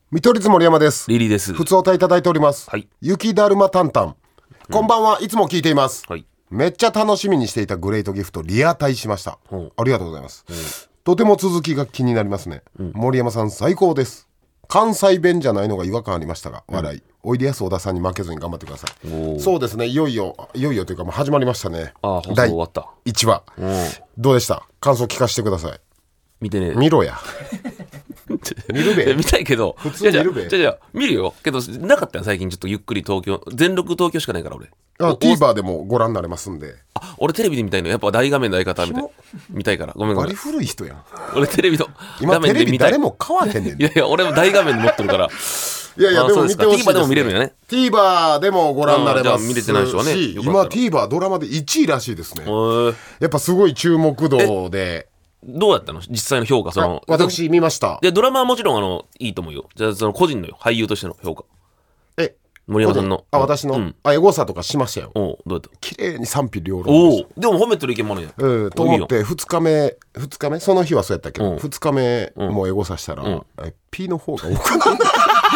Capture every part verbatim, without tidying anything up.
見取り図森山です。 リリーです。 ふつおたいただいております、 はい、 雪だるまたんたん、こんばんは、いつも聞いています、 はい、 めっちゃ楽しみにしていたグレートギフトリアタイしました、うん、ありがとうございます、うん、とても続きが気になりますね、うん、森山さん最高です。関西弁じゃないのが違和感ありましたが、うん、笑い、おいでやす小田さんに負けずに頑張ってください。そうですね、いよいよいよいよというかもう始まりましたね。 ああ、放送終わった。 いちわ、うん、どうでした？感想聞かせてください。 見てね。 見ろや見るべ。 見たいけど普通見るべ。 じゃじゃ見るよけどなかったよ最近。ちょっとゆっくり東京全録東京しかないから俺。 あ、TVer でもご覧になれますんで。 あ、俺テレビで見たいのやっぱ大画面の相方みたい見たいからごめんごめん。 バリ古い人やん。 俺テレビの今テレビ誰も買わへんねん。 いやいや俺も大画面で持ってるから。 いやいやでも見てほしいですね。 TVer でも見れるんやね。 TVer でもご覧になれますし、 見れてない人はね、 今 TVer ドラマでいちいらしいですね。やっぱすごい注目度で。 どうやったの実際の評価。その私見ました。 でドラマはもちろんあのいいと思うよ。じゃあその個人のよ俳優としての評価。 え森山さんの。 あ、私の、うん、あエゴサとかしましたよ。 おどうやった？ 綺麗に賛否両論でした。 おでも褒めてる意見もあるんや。 うんと思ってふつかめふつかめその日はそうやったけど、うん、ふつかめもエゴサしたら、うん、P の方が多くなる。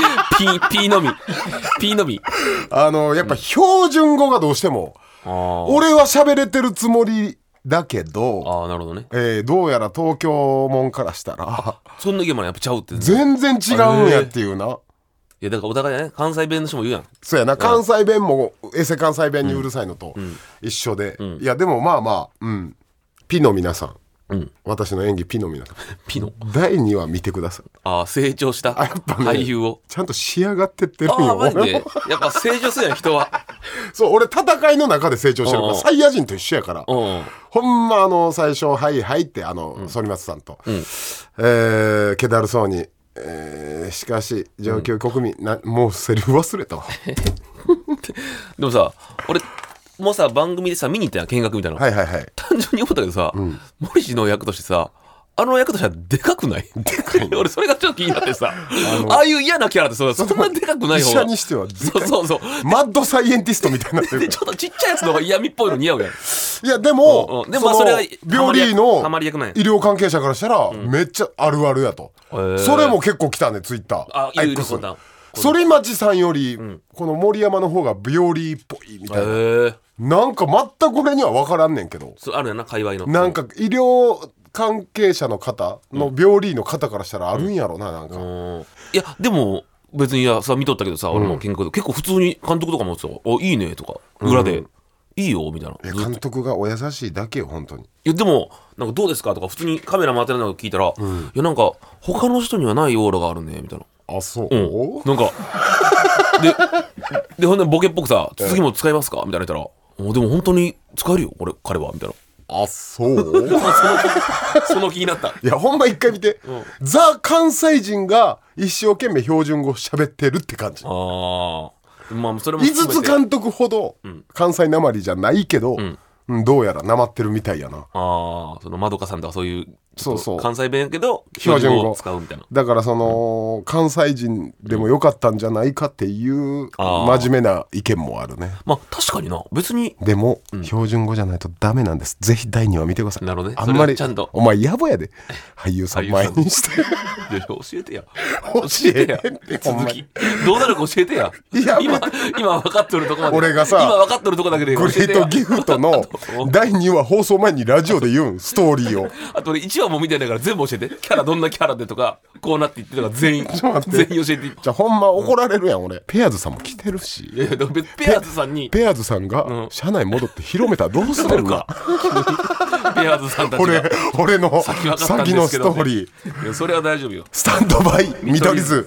P, P のみ P のみあのやっぱ標準語がどうしても、うん、俺は喋れてるつもりだけど、 ああなるほどね、 えー、どうやら東京もんからしたらそんな意見もやっぱちゃうって、ね、 全然違うんやっていうな。いやだからお互いね関西弁の人も言うやん。 そうやな、関西弁もエセ関西弁にうるさいのと一緒で、うんうん、いやでもまあまあ、うん、ピの皆さん、うん、私の演技ピの皆さんピのだいにわ見てください。 ああ成長したやっぱ、ね、 俳優をちゃんと仕上がってってるんよ。 あマジでやっぱ成長するやん人は。 そう俺戦いの中で成長してるからサイヤ人と一緒やから、ほんまあの最初はいはいってあの、うん、反町さんと、うん、えー、気だるそうに、えー、しかし上級国民、うん、なもうセリフ忘れたわ。 でもさ俺もうさ番組でさ見に行ったやん見学みたいな、 はいはいはい、 単純に思ったけどさ、うん、森氏の役としてさあの役としてはでかくない？でかい俺それがちょっと気になってさ あ, ああいう嫌なキャラってそんなでかくない方が医者にしてはでかい。 そうそうそうマッドサイエンティストみたいになってる。 ちょっとちっちゃいやつの方が嫌味っぽいの似合うやん。 いやでも、うんうん、でもそれは病理の医療関係者からしたら、うん、めっちゃあるあるやと、それも結構来たねツイッター。あいいですね。反町さんより、うん、この森山の方が病理っぽいみたいな、なんか全く俺には分からんねんけど、 そうあるやな界隈のなんか医療関係者の方の病理の方からしたらあるんやろな、なんか、うん、 いやでも別にさ見とったけどさ、うん、俺も見学で結構普通に監督とかもさ「あいいね」とか裏で、うん、いいよみたいな。 監督がお優しいだけよ本当に。 いやでもなんかどうですかとか普通にカメラ回ってるの聞いたら、うん、いやなんか他の人にはないオーラがあるねみたいな。 あそう、 うん、なんかででほんでボケっぽくさ「次も使いますか?」みたいな言ったら「でも本当に使えるよ俺彼は」みたいな。 あそうそのその気になった。 いやほんま一回見て、うん、ザ関西人が一生懸命標準語喋ってるって感じ。 ああまあそれも井筒監督ほど関西なまりじゃないけど、うんうん、どうやらなまってるみたいやな。 ああそのまどかさんとかそういうそうそう関西弁やけど標準語を使うみたいな。 だからその、うん、関西人でもよかったんじゃないかっていう真面目な意見もあるね。 まあ確かにな別にでも、うん、標準語じゃないとダメなんです。ぜひだいにわ見てください。 なるほどね。 あんまりちゃんとお前野暮やで俳優さん前にしていや教えてや教えてや続きどうなるか教えてや。いや今今分かっとるとこまで俺がさ今分かっとるとこだけでグレートギフトのだいにわ放送前にラジオで言うんストーリーを。 あと俺いちわも見てないから全部教えて。キャラどんなキャラでとかこうなっていってとか全員全員教えて。 じゃあほんま怒られるやん俺。ペアーズさんも来てるし。 いやいやでもペアーズさんにペアーズさんが社内戻って広めたらどうするかペアーズさんたちが俺俺の先のストーリー。いやそれは大丈夫よ。 スタンドバイ見取り図。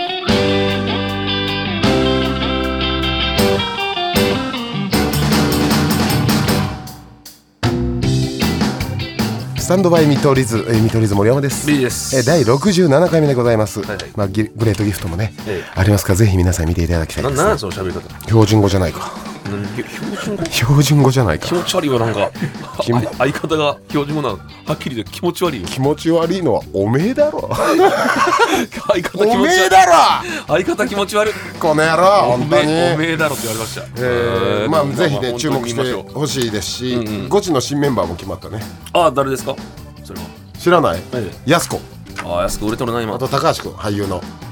スタンドバイ見取り図、えー、見取り図森山です。 リーです。 えー、だいろくじゅうななかいめでございます。はいはい、まあ、グレートギフトもね、ええ、ありますからぜひ皆さん見ていただきたいです、ね。 ななんその喋り方。 標準語じゃないか。 標準語。 標準語じゃないか。 気持ち悪いわなんか。相方が標準語なのはっきり言って気持ち悪いよ。 気持ち悪いのはおめえだろ。 相方気持ち悪い。 おめえだろ。 相方気持ち悪い。 この野郎本当に。 おめえだろって言われました。 えー、まあぜひね注目してほしいですし、うんうん、ゴチの新メンバーも決まったね。 ああ誰ですか。それは知らない？やす子。 ああやす子売れとるな今。 あと高橋君俳優の。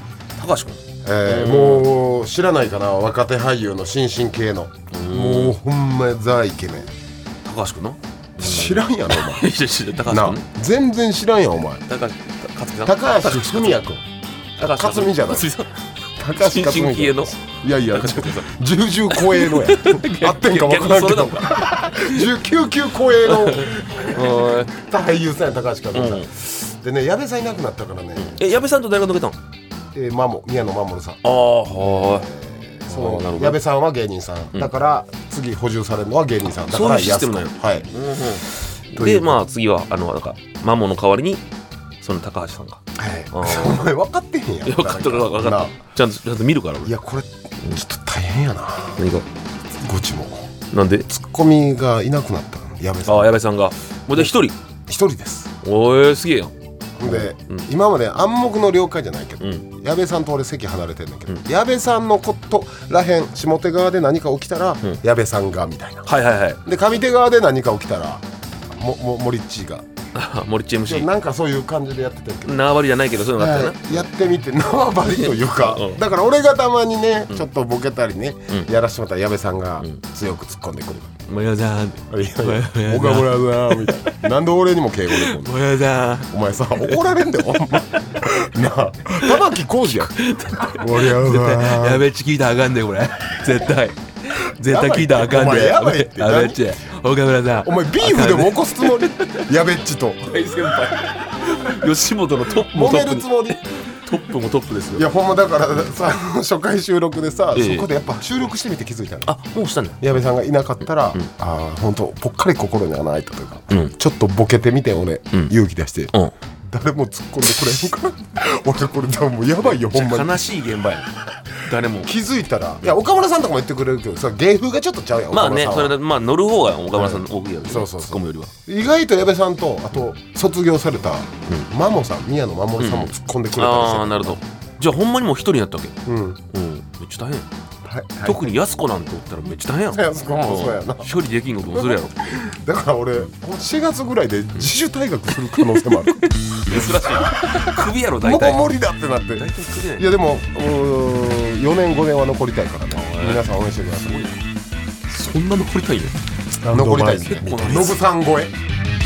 高橋君、 えー、もう知らないかな、若手俳優の新進系のもうほんまザイケメン高橋君の知らんやろお前高橋君全然知らんやお前高橋高橋文也君高橋克実じゃない高橋克実系のいやいやじゅうじゅう超えのやあってんか分からんけどじゅうきゅう級超えの俳優さんや高橋克実でね矢部さんいなくなったからね。 え矢部さんと誰が抜けたの？ えマモ宮野真守さん。 ああはいその矢部さんは芸人さん、うん、だから次補充されるのは芸人さんだからそういうシステムなんや、はい、うん、でまあ次はあのなんかマモの代わりにその高橋さんが、 はい、お前分かってへんやん。 分かってる分かったちゃんとちゃんと見るから俺。 いやこれちょっと大変やな。 何がゴチもなんでツッコミがいなくなった矢部さん。 ああ矢部さんがもうで一人一人です。 おえすげえやん。 で、うん、今まで暗黙の了解じゃないけど、うん、矢部さんと俺席離れてんだけど、うん、矢部さんのことらへん下手側で何か起きたら、うん、矢部さんがみたいな、 はいはいはい、 で上手側で何か起きたらもも森っちが森っち エムシーなんかそういう感じでやってたけど縄張りじゃないけどそういうのがあったよな、 はい、やってみて縄張りというか、うん、だから俺がたまにね、うん、ちょっとボケたりね、うん、やらしてもらったら矢部さんが強く突っ込んでくる。 もやざーん岡村さんみたいな。なんで俺にも敬語で来るの。 もやざーんお前さ怒られんだよなあ玉置浩二やもやざーんやべっち聞いたらあかんでこれ絶対絶対聞いたらあかんで。お前やばいってやべっち岡村さんお前ビーフでも起こすつもりやべっちと大先輩吉本のトップもトップ揉めるつもりトップもトップですよ。 いやほんまだからさ初回収録でさ、ええ、そこでやっぱ収録してみて気づいたの。 あもうしたんだ。 矢部さんがいなかったら、うん、ああ本当ぽっかり心にはないというか、うん、ちょっとボケてみて俺、うん、勇気出して、うん、誰も突っ込んでくれんから俺これ多分もうやばいよほんまに。 悲しい現場や誰も気づいたらいや岡村さんとかも言ってくれるけどさ芸風がちょっとちゃうやん。 まあねそれでまあ乗る方が岡村さん多いやろ、そうそうそう突っ込むよりは。 意外と矢部さんとあと卒業されたマモさん宮野真守さんも突っ込んでくれたりして、うん、 ああなるほど。じゃあほんまにもう一人になったわけ。うん、うん、めっちゃ大変、はいはい、特にやす子なんておったらめっちゃ大変やろ。 やす子もそうやな処理できんこともするやろだから俺しがつぐらいで自主退学する可能性もある珍しい首やろ大体もう無理だってなっていやでもよねんごねんは残りたいからね皆さん応援してください。 そんな残りたいね。 残りたいですね。ノブさん超え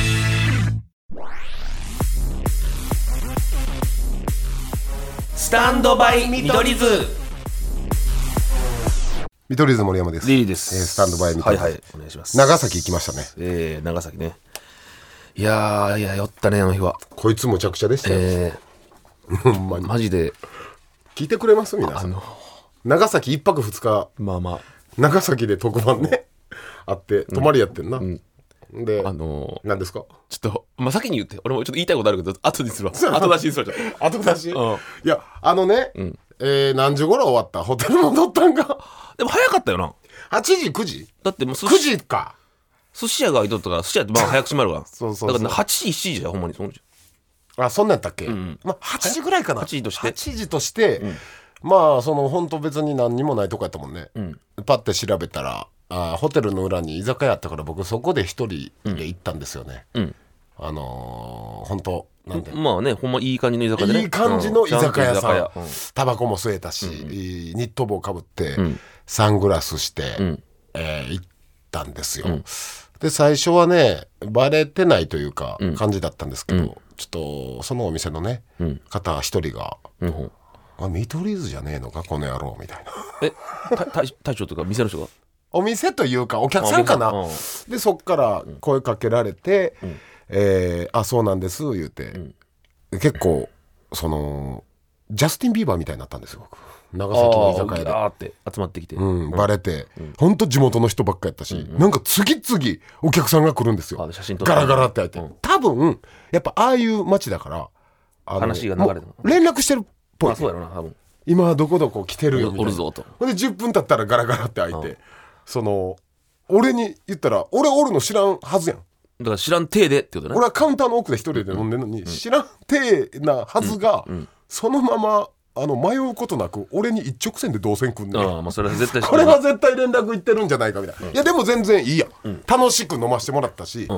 スタンドバイ見取り図見取り図森山です。 リリーです、 えー、スタンドバイ見取り図、はいはい、お願いします。長崎行きましたね。 えー、長崎ね。いやーいや酔ったねあの日は。 こいつむちゃくちゃでしたよ、えー、ほんまにマジで聞いてくれます皆さん。あの長崎いっぱくふつかまあまあ長崎で特番ねあって泊まりやってんな、うんうん、であのー、 何ですかちょっと、まあ、先に言って俺もちょっと言いたいことあるけど後にするわ後出しにするわちょっと後出し、うん、いやあのね、うんえー、何時頃終わったホテル戻ったんかでも早かったよな。 はちじくじだってもうくじか寿司屋が開いとったから寿司屋ってまあ早く閉まるわそうそうそうだからはちじしちじじゃほんまにそんじゃあそんなんやったっけ、うん、まあはちじぐらいかな。 はちじとしてはちじとして、うん、まあそのほんと別に何にもないとこやったもんね、うん、パッて調べたらあホテルの裏に居酒屋あったから僕そこで一人で行ったんですよね、うん、あのー、ほんとなんてまあねほんまいい感じの居酒屋でねいい感じの居酒屋さんタバコも吸えたし、うん、ニット帽かぶって、うん、サングラスして、うんえー、行ったんですよ、うん、で最初はねバレてないというか、うん、感じだったんですけど、うん、ちょっとそのお店のね、うん、方一人が、うん、あ見取り図じゃねえのかこの野郎みたいなえ大将とか店の人がお店というかお客さんかな、うん、でそっから声かけられて、うんえー、あそうなんです言うて、うん、結構そのジャスティン・ビーバーみたいになったんですよ僕長崎の居酒屋であーって集まってきて、 うん、バレて、うん、ほんと地元の人ばっかやったし、うんうん、なんか次々お客さんが来るんですよ。写真撮ってガラガラって開いて、うん、多分やっぱああいう街だからあの話が流れてる連絡してるっぽい、 まあ、そうやろな多分今どこどこ来てるよみたいなおるぞとほんでじゅっぷん経ったらガラガラって開いて、うん、その俺に言ったら俺おるの知らんはずやん。 だから知らん体でってことね。 俺はカウンターの奥で一人で飲んでるのに、うん、知らん体なはずが、うんうん、そのままあの迷うことなく俺に一直線で動線組んで、 ああ、まあ、それは絶対これは絶対連絡いってるんじゃないかみたいな、うん、いやでも全然いいや、うん、楽しく飲ませてもらったし、うん、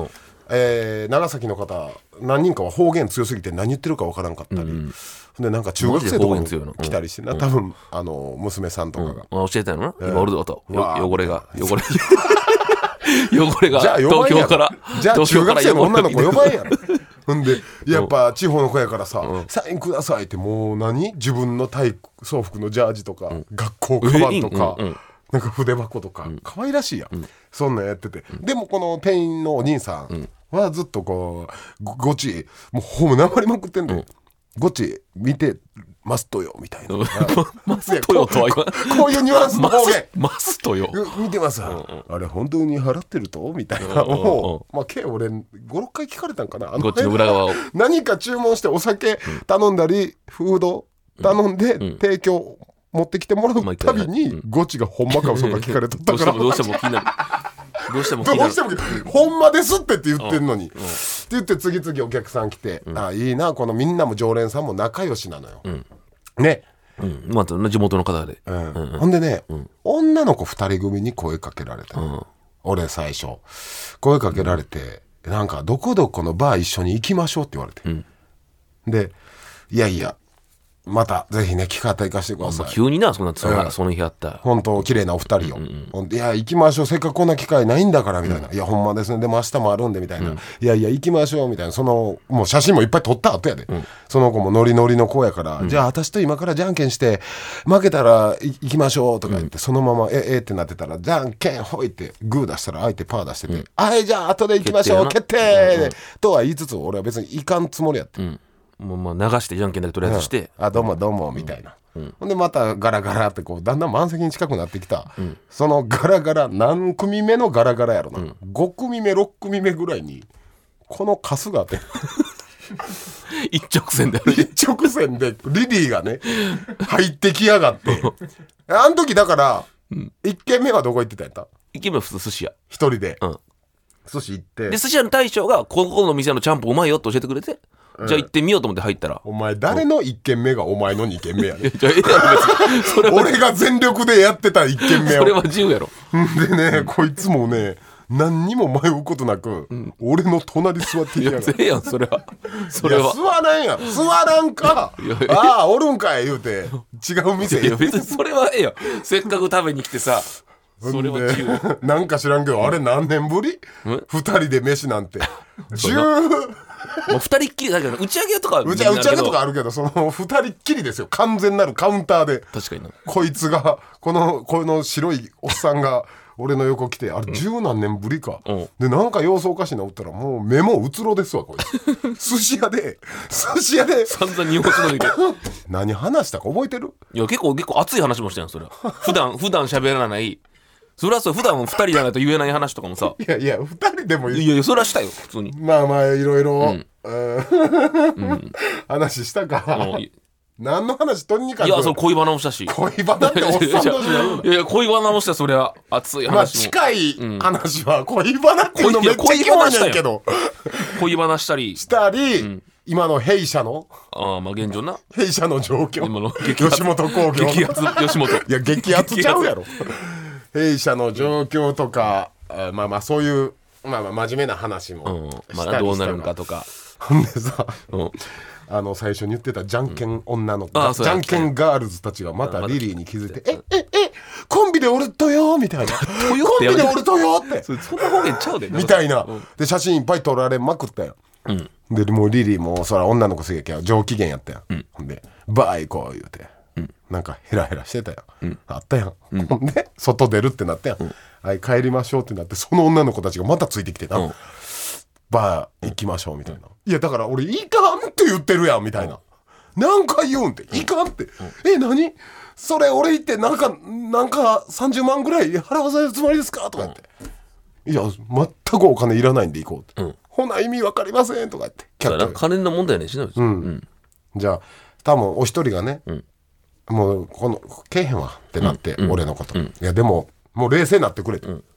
えー、長崎の方何人かは方言強すぎて何言ってるか分からんかったり、うん、でなんか中学生とかも来たりしてな、うん、多分あの娘さんとかが、 うん、教えたのな、えー、今おるぞと汚れが汚れ汚れが東京からじゃあ中学生の女の子呼ばんやろほんでやっぱ地方の子やからさ、うん、サインくださいってもう何自分の体操服のジャージとか、うん、学校カバンとか、うんうん、なんか筆箱とか、うん、可愛らしいやん、うん、そんなんやってて、うん、でもこの店員のお兄さんはずっとこうごごちもうほぼなまりまくってんで、うん、ごち見てますとよみたいなマスとよとは言わないこういうニュアンスの方言マスとよ見てます、うんうん、あれ本当に払ってるとみたいな、うんうん、もうまあ計俺ごろっかい聞かれたんかな、あのこっちの裏側を何か注文してお酒頼んだり、うん、フード頼んで、うん、提供持ってきてもらうたびに、うん、ゴチがほんまか嘘か聞かれとったからどうしても気になるどうしても気になるどうしてもほんまですってって言ってんのに、うんうん、って言って次々お客さん来て、うん、あいいなこのみんなも常連さんも仲良しなのよ、うん、ね、 うん、また地元の方で、 うんうんうん、ほんでね、うん、女の子ふたり組に声かけられた、うん、俺最初声かけられて、うん、なんかどこどこのバー一緒に行きましょうって言われて、うん、でいやいやまたぜひね機会行かせてください、 急になそんなその、うん、その日あった本当綺麗なお二人よ、うんうん、いや行きましょうせっかくこんな機会ないんだからみたいな、うん、いやほんまですねでも明日もあるんでみたいな、うん、いやいや行きましょうみたいなそのもう写真もいっぱい撮った後やで、うん、その子もノリノリの子やから、うん、じゃあ私と今からじゃんけんして負けたら行きましょうとか言って、うん、そのままええってなってたらじゃんけんほいってグー出したら相手パー出してて、うん、はいじゃあ後で行きましょう決定、うんうん、とは言いつつ俺は別に行かんつもりやって、うんもうまあ流してじゃんけんだけとりあえずして、 うん、あどうもどうもみたいな、うん、ほんでまたガラガラってこうだんだん満席に近くなってきた、うん、そのガラガラ何組目のガラガラやろな、うん、ご組目ろく組目ぐらいにこの春日って一直線で一直線でリリーがね入ってきやがってあの時だから、うん、いっけんめはどこ行ってたんやったいっけんめは普通寿司屋一人で、うん、寿司行ってで寿司屋の大将がここの店のちゃんぽんうまいよって教えてくれてじゃあ行ってみようと思って入ったら、 お前誰のいっけんめがお前のにけんめやねん俺が全力でやってたいっけんめをそれは自由やろでね、うん、こいつもね何にも迷うことなく、うん、俺の隣座ってきやがるいややんそれはそれは座らんやん座らんかああおるんかい言うて違う店いや別にそれはええよせっかく食べに来てさそれは自由なんか知らんけど、うん、あれ何年ぶりふたりで飯なんてじゅうもうふたりっきりだけど打ち上げとか打ち上げとかあるけどそのふたりっきりですよ完全なるカウンターで確かになこいつがこのこの白いおっさんが俺の横来てあれ十何年ぶりか、うん、でなんか様子おかしいなおったらもう目もうつろですわこいつ寿司屋で寿司屋で散々日本語の何話したか覚えてる？ いや結構結構熱い話もしたんそれは普段普段喋らないそれはそう普段ふたりじゃないと言えない話とかもさいやいやふたりでもいいいやいやそれはしたよ普通にまあまあいろいろ、うんうん、話したか、うん、何の話とにかくいやその恋バナもしたし恋バナっておっさん同士やるいやいや恋バナもしたそれは熱い話も、 まあ、近い話は恋バナっていうのめっちゃキモいねんけど恋バナしたりしたり、うん、今の弊社のああまあ現状な弊社の状況今の激吉本興業激アツ吉本いや激アツちゃうやろ弊社の状況とか、うん、まあまあそういうまあまあ真面目な話もしたりしたら、 うんまあ、どうなるんかとかほんでさ、うん、あの最初に言ってたじゃんけん女の、うん、じゃんけんガールズたちがまたリリーに気づいて、うん、えええコンビでおるとよみたいなコンビでおるとよってそんな方言ちゃうでみたいな、うん、で写真いっぱい撮られまくったよ、うん、でもうリリーもそら女の子すげえ上機嫌やったよ、うん、ほんでバー行こう言うてうん、なんかヘラヘラしてたよ、うん、あったやん、うん、ほんで外出るってなったやん、うん、はい帰りましょうってなってその女の子たちがまたついてきてな、うん、バー行きましょうみたいな、うん、いやだから俺いかんって言ってるやんみたいな、うん、何回言うんっていかんって、うん、え何それ俺言ってなんかなんかさんじゅうまんぐらい払わせるつもりですかとか言って、うん、いや全くお金いらないんで行こうって、うん、ほな意味わかりませんとか言って金の問題ねしないです、うんうん、 じゃあ多分お一人がね、うんもうこのけえへんわってなって、うん、俺のこと、うん、いやでももう冷静になってくれて、うん、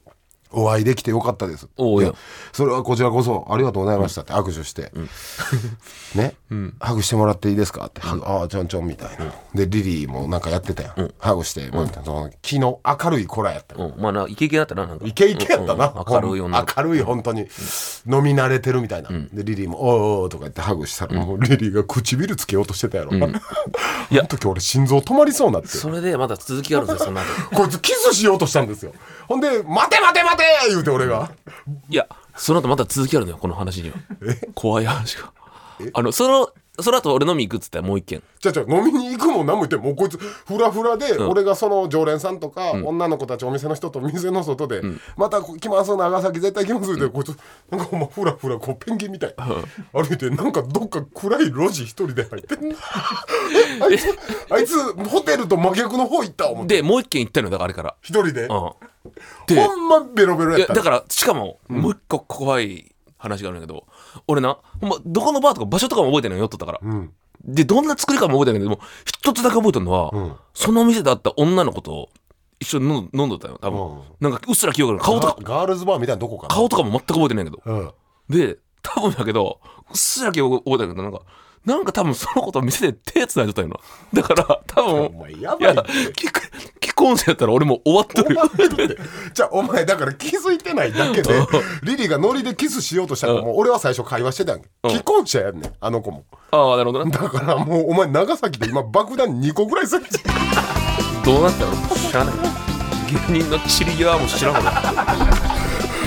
お会いできてよかったです。 おいやそれはこちらこそありがとうございましたって握手して、うん、ね、うん、ハグしてもらっていいですかって、うん、ああちょんちょんみたいな、うん、でリリーもなんかやってたやん、うん、ハグして、うん、その気の明るい子らやったよ、 うん、まあなイケイケだったななんかイケイケやったな、 うんうん、明るい女明るい本当に、うん、飲み慣れてるみたいな、うん、でリリーもおーおーとか言ってハグしたら、うん、もうリリーが唇つけようとしてたやろ、うん、いやあの時俺心臓止まりそうになってそれでまだ続きがあるんですよその後こいつキスしようとしたんですよ。ほんで待て待て待て言うて俺がいやその後また続きあるのよこの話には怖い話があのそのその後俺飲み行くっつったらもう一軒じゃじゃ飲みに行くもん何も言ってもうこいつフラフラで、うん、俺がその常連さんとか、うん、女の子たちお店の人と店の外で、うん、また来ます長崎絶対来ますって、うん、こいつなんかほんまフラフラこうペンギンみたい、うん、歩いてなんかどっか暗い路地一人で入ってんあいつあいつホテルと真逆の方行った思ってでもう一軒行ったのよだからあれから一人で、うん、 でほんまベロベロやった。 いやだからしかも、うん、もう一個怖い話があるんだけど俺なほんまどこのバーとか場所とかも覚えてないのよ酔っとったから、うん、でどんな作りかも覚えてないけども一つだけ覚えてるのは、うん、その店で会った女の子と一緒に飲ん飲んどったよ多分、うん、なんかうっすら記憶が顔とかガールズバーみたいなとこかな顔とかも全く覚えてないけど、うん、で多分だけどうっすら記憶覚えてないけどなんかなんか多分その子と店で手つないでたよなだから多分お前やばいって既婚者やったら俺も終わっとるよじゃあお前だから気づいてないだけでリリーがノリでキスしようとしたらもう俺は最初会話してたんけ既婚者やんねんあの子もああなるほどなだからもうお前長崎で今爆弾にこぐらいするじゃんどうなったの知らない芸人の散り際も知らんかった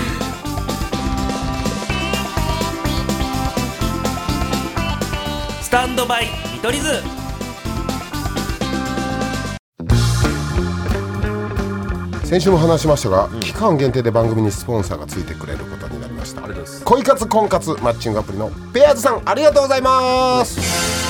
スタンドバイ見取り図先週も話しましたが、うん、期間限定で番組にスポンサーがついてくれることになりました。 ありがとうございます。 恋活婚活マッチングアプリのペアーズさんありがとうございます、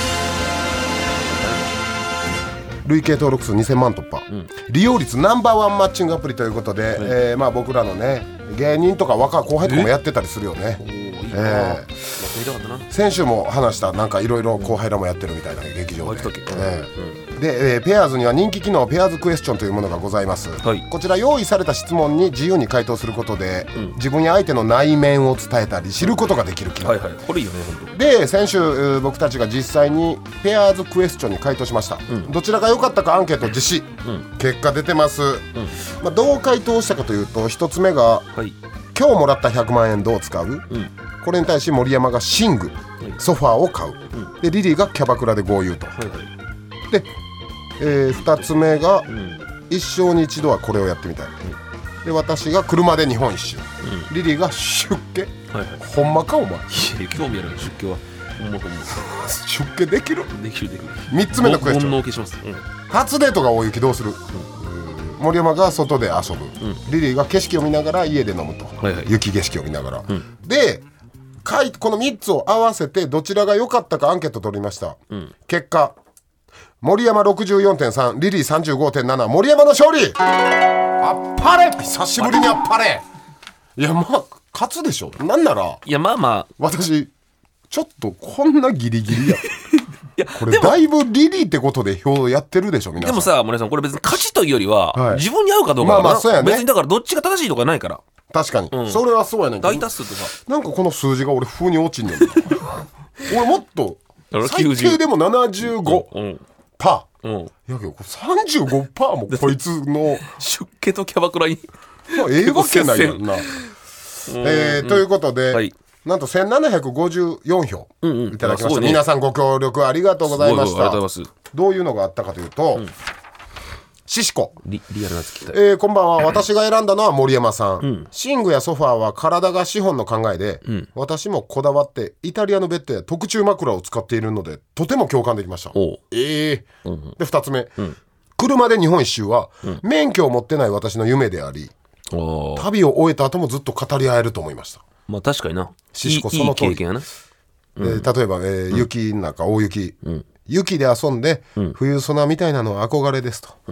うん、累計登録数にせんまん突破、うん、利用率ナンバーワンマッチングアプリということで、うんえーまあ、僕らのね芸人とか若い後輩とかもやってたりするよね。えー、先週も話したなんかいろいろ後輩らもやってるみたいな劇場で、えー、で、えー、ペアーズには人気機能ペアーズクエスチョンというものがございます、はい、こちら用意された質問に自由に回答することで、うん、自分や相手の内面を伝えたり知ることができる機能、 はいはい、これいいよね本当。 で先週僕たちが実際にペアーズクエスチョンに回答しました、うん、どちらが良かったかアンケート実施、うん、結果出てます、うんまあ、どう回答したかというとひとつめが、はい、今日もらったひゃくまんえんどう使う、うんこれに対し森山が寝具、はい、ソファーを買う、うん、でリリーがキャバクラで豪遊と、はいはい、で、えー、ふたつめが、うん、一生に一度はこれをやってみたい、うん、で私が車で日本一周、うん、リリーが出家、はいはい、ほんまかお前いや興味ある出家はほんまほんま出家できるできるできるみっつめのクエスチョン、 煩悩消します、うん、 初デートが大雪どうする、うん、森山が外で遊ぶ、うん、リリーが景色を見ながら家で飲むと、はいはい、雪景色を見ながら、うん、でこのみっつを合わせてどちらが良かったかアンケート取りました、うん、結果森山 ろくじゅうよんてんさん リリー さんじゅうごてんなな 森山の勝利あっぱれ久しぶりにあっぱれいやまあ勝つでしょなんならいやまあまあ私ちょっとこんなギリギリやいやこれだいぶリリーってことで票やってるでしょ皆さん。 でもさ森さんこれ別に勝ちというよりは、はい、自分に合うかどうかだから、まあまあそうやね、別にだからどっちが正しいとかないから確かに、うん、それはそうやねんけど大多数ってさなんかこの数字が俺風に落ちんねん俺もっと最低でも ななじゅうごパーセント、うん、やけど さんじゅうごパーセント もこいつの出家とキャバクラにええわけないやんなえー、ということで、はい、なんとせんななひゃくごじゅうよんひょういただきました、うんうんね、皆さんご協力ありがとうございました。どういうのがあったかというと、うんシシコリ, リアルなつきたい、 えー、こんばんは。私が選んだのは森山さん、うん、寝具やソファーは体が資本の考えで、うん、私もこだわってイタリアのベッドや特注枕を使っているのでとても共感できました。えーうん、でふたつめ、うん、車で日本一周は、うん、免許を持ってない私の夢であり、旅を終えた後もずっと語り合えると思いました。 まあ確かになシシコその通りいい経験やな、うんえー、例えば、えーうん、雪の中大雪、うん、雪で遊んで、うん、冬ソナみたいなのは憧れですと、うん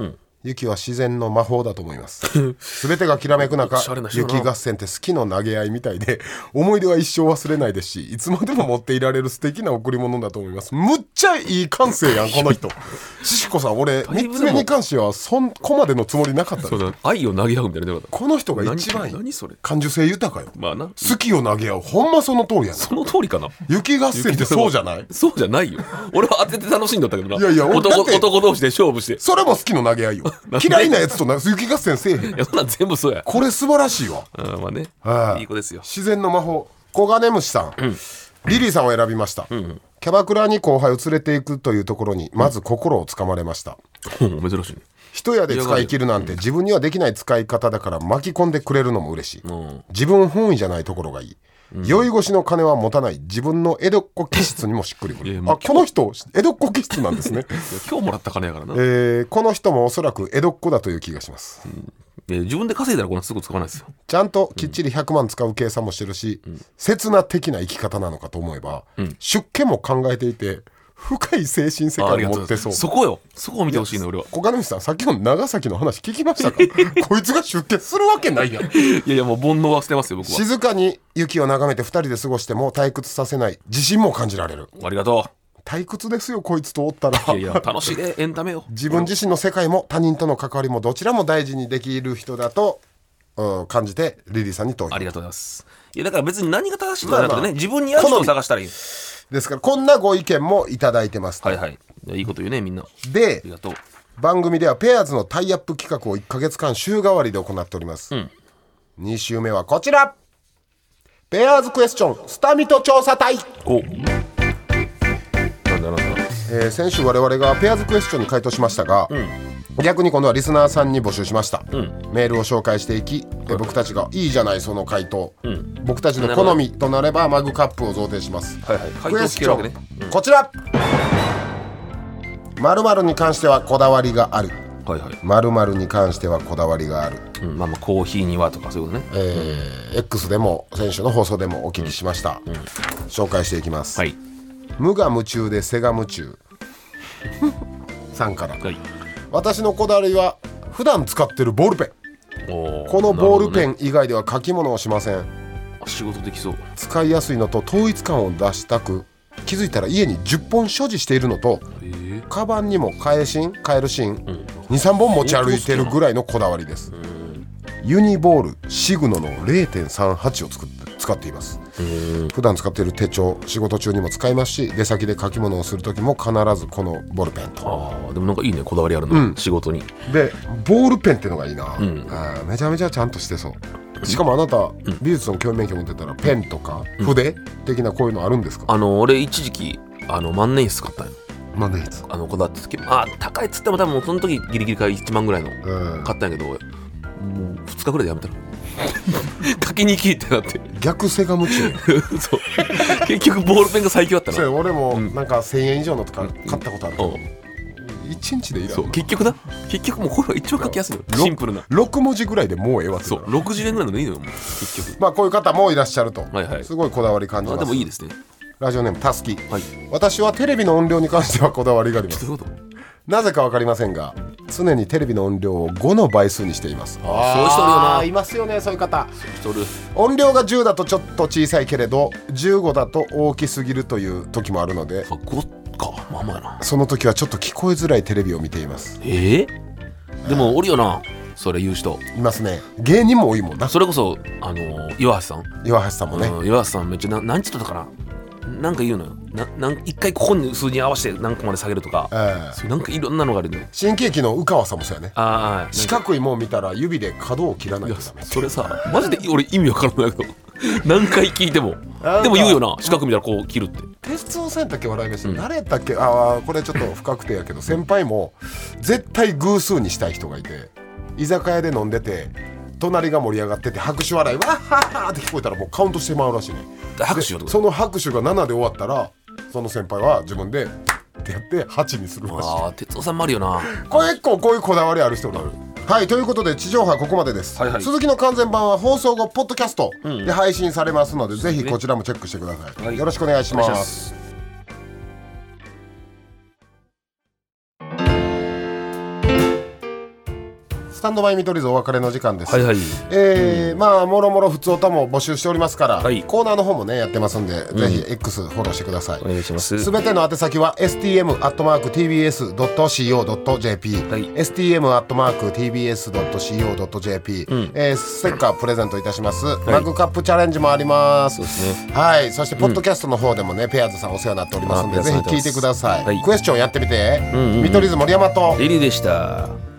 雪は自然の魔法だと思います全てがきらめく中雪合戦って好きの投げ合いみたいで思い出は一生忘れないですしいつまでも持っていられる素敵な贈り物だと思います。むっちゃいい感性やんこの人ししこさん俺みっつめに関してはそんこまでのつもりなかった。 そうだ愛を投げ合うみたいな。 この人が一番いい。 何それ感受性豊かよ、 まあ、な好きを投げ合うほんまその通りやな。 その通りかな。 雪合戦ってそうじゃない？ そうじゃないよ俺は当てて楽しんだったけどな。 いやいや男, 男同士で勝負してそれも好きの投げ合いよ嫌いなやつとな雪合戦せえへん。 いやそんなん全部そうや。 これ素晴らしいわ。 あまあね、 はあ、 いい子ですよ。 自然の魔法小金虫さん、うん、リリーさんを選びました、うん、キャバクラに後輩を連れていくというところにまず心をつかまれました、 うん、珍しいね。 一夜で使い切るなんて自分にはできない使い方だから巻き込んでくれるのも嬉しい、うん、自分本位じゃないところがいい、うん、酔い越しの金は持たない自分の江戸っ子気質にもしっくりくるあこの人江戸っ子気質なんですね今日もらった金やからな、 えー、この人もおそらく江戸っ子だという気がします、 うんえー、自分で稼いだらこんなすぐ使わないですよ。 ちゃんときっちりひゃくまん使う計算もしてるし、うん、刹那的な生き方なのかと思えば、うん、出家も考えていて深い精神世界を持ってそう。 そこよそこを見てほしいの俺は。 小金虫さんさっきの長崎の話聞きましたかこいつが出家するわけないやんいやいやもう煩悩は捨てますよ僕は。 静かに雪を眺めてふたりで過ごしても退屈させない自信も感じられる。 ありがとう。 退屈ですよこいつとおったら。 いやいや楽しいねエンタメよ。 自分自身の世界も他人との関わりもどちらも大事にできる人だと、うん、感じてリリーさんに投票。 ありがとうございます。いやだから別に何が正しいとかじゃなくてね、まあまあ、自分に合う人を探したらいいですからこんなご意見もいただいてます。 はいはい、いいこと言うねみんな。 でありがとう。 番組ではペアーズのタイアップ企画をいっかげつかん週替わりで行っております、うん、に週目はこちらペアーズクエスチョンスタミト調査隊。おなんだなんだ、えー、先週我々がペアーズクエスチョンに回答しましたが、うん逆に今度はリスナーさんに募集しました、うん、メールを紹介していき、うん、僕たちがいいじゃないその回答、うん、僕たちの好みとなればマグカップを贈呈します、はいはい、クエスチョン、ねうん、こちら〇〇に関してはこだわりがある、はいはい、〇〇に関してはこだわりがある、 うんまあ、まあコーヒーにはとかそういうことね、 えーうん、X でも先週の放送でもお聞きしました、うんうん、紹介していきます、はい、無我夢中で背が夢中さんから、はい私のこだわりは普段使ってるボールペン。このボールペン以外では書き物をしません、ね、 仕事できそう。 使いやすいのと統一感を出したく気づいたら家にじゅっぽん所持しているのとカバンにも替え芯替える芯、うん、にさんぼん持ち歩いてるぐらいのこだわりです。ユニボールシグノの れいてんさんはち を作って使っています。普段使っている手帳仕事中にも使いますし出先で書き物をする時も必ずこのボールペンと。 あでもなんかいいねこだわりあるの、うん、仕事に。 でボールペンってのがいいな、うん、あめちゃめちゃちゃんとしてそう。しかもあなた、うん、美術の教員免許持ってたらペンとか筆、うん、的なこういうのあるんですか？ あの俺一時期あの万年筆買ったんよ。 万年筆あのこだわって時あ高いっつっても多分その時ギリギリからいちまんぐらいの買ったんやけど、もうふつかぐらいでやめたの書きにきってなって逆セガムチュそう結局ボールペンが最強だったの。 そう俺もなんかせんえん以上のとか買ったことある、うんうん、いちにちでいらん。 そう結局だ結局もうこれは一番書きやすいのシンプルなろくもじぐらいでもうええわって。 そうろくじゅうえんぐらいのでいいのよもう結局。 まあこういう方もいらっしゃると、はいはい、すごいこだわり感じます。 あでもいいですね。 ラジオネームたすき、はい、私はテレビの音量に関してはこだわりがあります。どういうこと？なぜか分かりませんが常にテレビの音量をごの倍数にしています。 あそういう人いるよな。 いますよねそういう方。 そういう人音量がじゅうだとちょっと小さいけれどじゅうごだと大きすぎるという時もあるのでごかまあまあなその時はちょっと聞こえづらいテレビを見ています。 えー、でもおるよなそれ言う人いますね。芸人も多いもんな。 それこそあの岩橋さん岩橋さんもね、 うん、岩橋さんめっちゃな何ちょっとだからなんか言うのよななん一回ここに数字に合わせて何個まで下げるとか、えー、そうなんかいろんなのがあるのよ。 新喜劇の宇川さんもそうやね。あ四角いもん見たら指で角を切らないとダメ。 それさマジで俺意味わからないけど何回聞いてもでも言うよな四角見たらこう切るって。 鉄夫さんやったっけ笑い飯、うん、誰やったっけあこれちょっと不確定やけど先輩も絶対偶数にしたい人がいて居酒屋で飲んでて隣が盛り上がってて拍手笑いわっはっはって聞こえたらもうカウントしてまうらしいね。 拍手よその拍手がななで終わったらその先輩は自分でってやってはちにするらしい。 ああ哲夫さんもあるよな。 これ結構こういうこだわりある人がある。はいということで地上波ここまでです、はいはい、続きの完全版は放送後ポッドキャストで配信されますので、うん、ぜひこちらもチェックしてください、はい、よろしくお願いします。 タンドバイ見取り図お別れの時間です。 はいはい、 えーうん、まあもろもろ普通歌も募集しておりますから、はい、コーナーの方もねやってますんで、うん、ぜひ X フォローしてください。 お願いします。 すべての宛先は エスティーエム アットマーク ティービーエス ドット シーオー ドット ジェーピー、はい、エスティーエム アットマーク ティービーエス ドット シーオー ドット ジェーピー、うん、えー、ステッカープレゼントいたします。はい、マグカップチャレンジもあります。 そうですね。 はい、そしてポッドキャストの方でもね、うん、ペアーズさんお世話になっておりますので、ぜひ聞いてください。はい、クエスチョンやってみて。うんうんうん、見取り図森山とリリーでした。